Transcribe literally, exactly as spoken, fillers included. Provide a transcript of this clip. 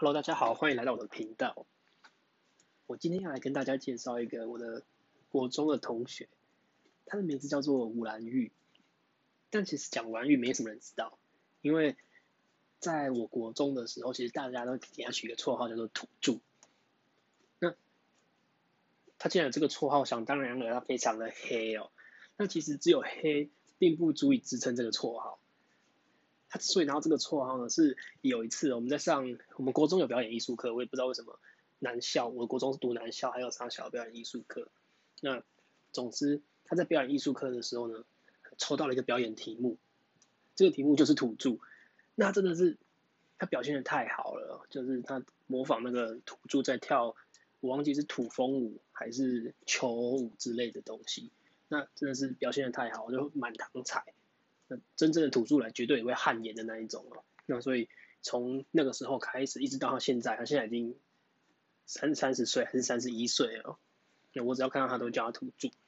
Hello，大家好，欢迎来到我的频道。我今天要来跟大家介绍一个我的国中的同学，他的名字叫做吴兰玉。但其实讲吴兰玉没什么人知道，因为在我国中的时候，其实大家都给他取一个绰号叫做土著。那他既然有这个绰号，想当然了，他非常的黑哦。那其实只有黑，并不足以支撑这个绰号。他之所以拿到这个绰号呢，是有一次我们在上我们国中有表演艺术课，我也不知道为什么男校，我的国中是读男校，还有上小表演艺术课。那总之他在表演艺术课的时候呢，抽到了一个表演题目，这个题目就是土著。那真的是他表现的太好了，就是他模仿那个土著在跳，我忘记是土风舞还是球舞之类的东西。那真的是表现的太好，就满堂彩。那真正的土著来绝对也会汗颜的那一种哦。那所以从那个时候开始，一直到他现在，他现在已经三三十岁还是三十一岁了。那我只要看到他都叫他土著。